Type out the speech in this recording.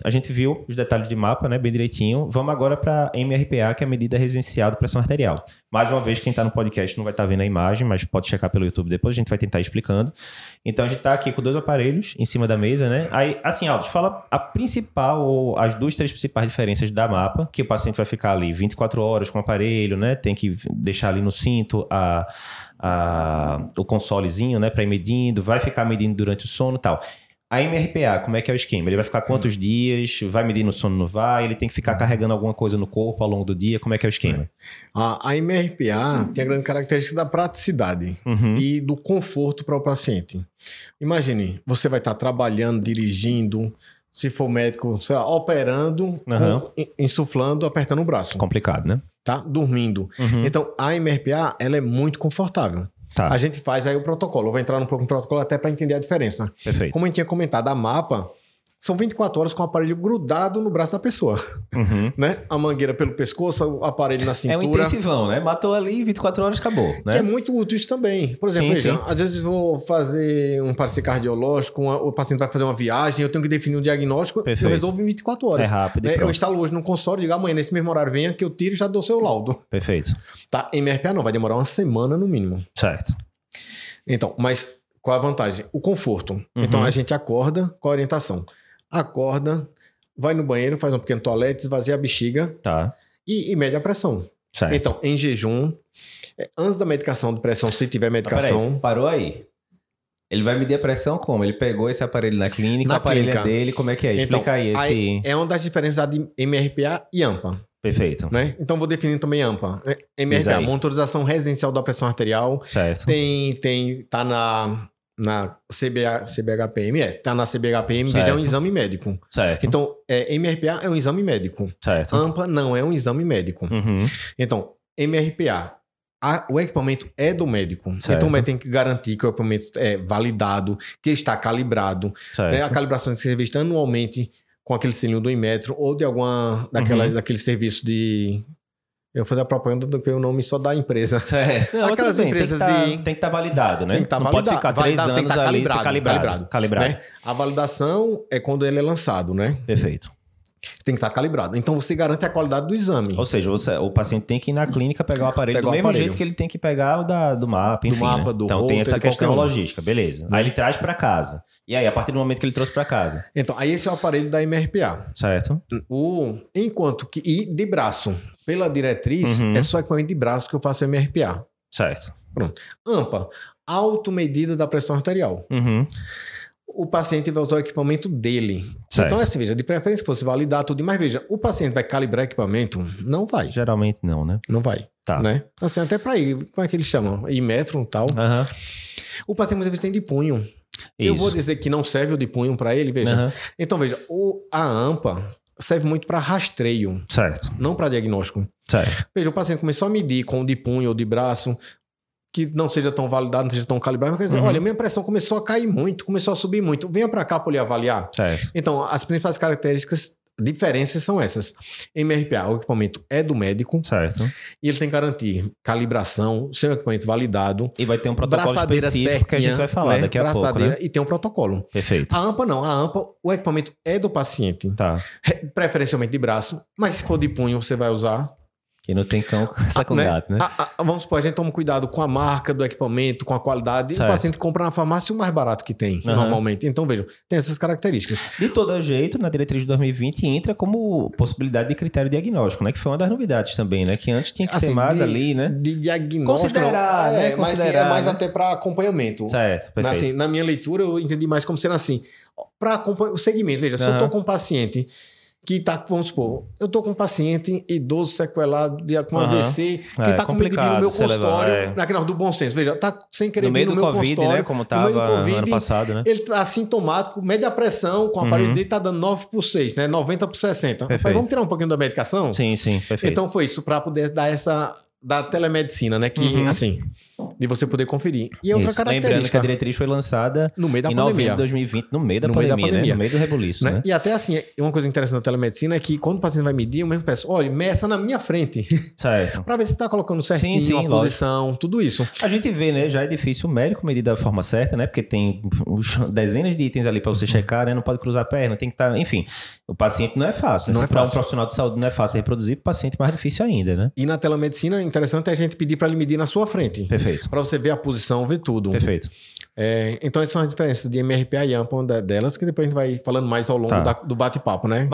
A gente viu os detalhes de mapa, né, bem direitinho. Vamos agora para MRPA, que é a medida residencial de pressão arterial. Mais uma vez, quem está no podcast não vai estar vendo a imagem, mas pode checar pelo YouTube depois, a gente vai tentar ir explicando. Então, a gente está aqui com 2 aparelhos em cima da mesa, né? Aí, assim, Aldo, fala a principal, ou as 2, 3 principais diferenças da mapa, que o paciente vai ficar ali 24 horas com o aparelho, né? Tem que deixar ali no cinto o consolezinho, né, para ir medindo, vai ficar medindo durante o sono e tal. A MRPA, como é que é o esquema? Ele vai ficar quantos dias? Vai medir no sono, não vai? Ele tem que ficar carregando alguma coisa no corpo ao longo do dia? Como é que é o esquema? A MRPA tem a grande característica da praticidade e do conforto para o paciente. Imagine, você vai estar trabalhando, dirigindo, se for médico, sei lá, operando, insuflando, apertando o braço. Complicado, né? Tá? Dormindo. Então, a MRPA, ela é muito confortável. Tá. A gente faz aí o protocolo. Eu vou entrar um pouco no protocolo até para entender a diferença. Perfeito. Como a gente tinha comentado, a mapa são 24 horas com o aparelho grudado no braço da pessoa. Né? A mangueira pelo pescoço, o aparelho na cintura. É um intensivão, né? Matou ali, 24 horas, acabou. Né? Que é muito útil isso também. Por exemplo, veja, às vezes eu vou fazer um parecer cardiológico, o paciente vai fazer uma viagem, eu tenho que definir um diagnóstico, eu resolvo em 24 horas. É rápido. Né? Eu instalo hoje no consultório, digo amanhã, nesse mesmo horário, venha que eu tiro e já dou seu laudo. Perfeito. Tá? MRPA não, vai demorar uma semana no mínimo. Certo. Então, mas qual a vantagem? O conforto. Então, a gente acorda com a orientação. Acorda, vai no banheiro, faz um pequeno toalete, esvazia a bexiga e mede a pressão. Certo. Então, em jejum, antes da medicação de pressão, se tiver medicação... Peraí, parou aí. Ele vai medir a pressão como? Ele pegou esse aparelho na clínica, o aparelho é dele, como é que é? Explica então, aí esse... É uma das diferenças de MRPA e AMPA. Perfeito. Né? Então, vou definir também AMPA. MRPA, monitorização residencial da pressão arterial. Certo. Tá na CBHPM, tá na CBHPM, veja, é um exame médico. Certo. Então, MRPA é um exame médico. Certo. AMPA não é um exame médico. Então, MRPA, o equipamento é do médico. Certo. Então, o médico tem que garantir que o equipamento é validado, que está calibrado. Né? A calibração tem que ser vista anualmente com aquele selinho do Inmetro ou de alguma daquele serviço de... Eu vou fazer a propaganda do que o nome só da empresa. Não, aquelas empresas tem que estar validado, né? Tem que estar validado. Pode ficar 3 anos ali calibrado. Né? A validação é quando ele é lançado, né? Perfeito. Tem que estar calibrado. Então, você garante a qualidade do exame. Ou seja, o paciente tem que ir na clínica pegar o aparelho do mesmo jeito que ele tem que pegar o do mapa, enfim. Do mapa, né? do Então, tem essa questão logística. Beleza. Aí ele traz para casa. E aí, a partir do momento que ele trouxe para casa? Então, aí esse é o aparelho da MRPA. Certo. Enquanto que... E de braço. Pela diretriz, é só equipamento de braço que eu faço MRPA. Certo. Pronto. AMPA. Automedida da pressão arterial. O paciente vai usar o equipamento dele. Certo. Então, assim, veja, de preferência que fosse validar tudo. Mas veja, o paciente vai calibrar equipamento? Não vai. Geralmente não, né? Não vai. Tá. Né? Assim, até para ir, como é que eles chamam? Imetro e tal. O paciente muitas vezes tem de punho. Isso. Eu vou dizer que não serve o de punho para ele, veja. Então, veja, a AMPA serve muito para rastreio. Certo. Não para diagnóstico. Certo. Veja, o paciente começou a medir com o de punho ou de braço, que não seja tão validado, não seja tão calibrado, mas quer dizer, olha, minha pressão começou a cair muito, começou a subir muito. Venha para cá para lhe avaliar. Certo. Então, as principais características, diferenças são essas. MRPA, o equipamento é do médico. Certo. E ele tem que garantir calibração, seu equipamento validado. E vai ter um protocolo específico certinha, que a gente vai falar daqui a pouco, né? E tem um protocolo. Perfeito. A AMPA não. A AMPA, o equipamento é do paciente. Tá. Preferencialmente de braço. Mas se for de punho, você vai usar... Que não tem cão, essa com gato, né? Vamos supor, a gente toma cuidado com a marca do equipamento, com a qualidade. Certo. E o paciente compra na farmácia o mais barato que tem, normalmente. Então, vejam, tem essas características. De todo jeito, na diretriz de 2020 entra como possibilidade de critério diagnóstico, né? Que foi uma das novidades também, né? Que antes tinha que ser mais ali, né? De diagnóstico. Considerar, né? Mas é mais até para acompanhamento. Certo, perfeito. Assim, na minha leitura, eu entendi mais como sendo assim. Para acompanhar o segmento, veja, se eu estou com um paciente... que tá, vamos supor, eu tô com um paciente idoso sequelado com AVC, que tá comigo no meu consultório, na do bom senso, veja, tá sem querer vir no meu COVID, consultório, né, como tava no ano passado, né? Ele tá assintomático, mede a pressão, com o aparelho dele tá dando 9/6, né, 90/60. Rapaz, vamos tirar um pouquinho da medicação? Sim, perfeito. Então foi isso, para poder dar da telemedicina, né, que assim... de você poder conferir. E outra característica... Lembrando que a diretriz foi lançada no meio da em pandemia. novembro de 2020, no meio da pandemia, né? No meio do rebuliço, né? E até assim, uma coisa interessante da telemedicina é que quando o paciente vai medir, eu mesmo peço, olha, meça na minha frente. Certo. Pra ver se tá colocando certinho a posição, tudo isso. A gente vê, né? Já é difícil o médico medir da forma certa, né? Porque tem dezenas de itens ali pra você checar, né? Não pode cruzar a perna, tem que estar... Enfim, o paciente não é fácil. Né? Para um profissional de saúde não é fácil reproduzir, para o paciente é mais difícil ainda, né? E na telemedicina, interessante é a gente pedir para ele medir na sua frente. Perfeito. Para você ver a posição, ver tudo. Perfeito. Então, essas são as diferenças de MRPA e AMPA, uma delas, que depois a gente vai falando mais ao longo do bate-papo, né?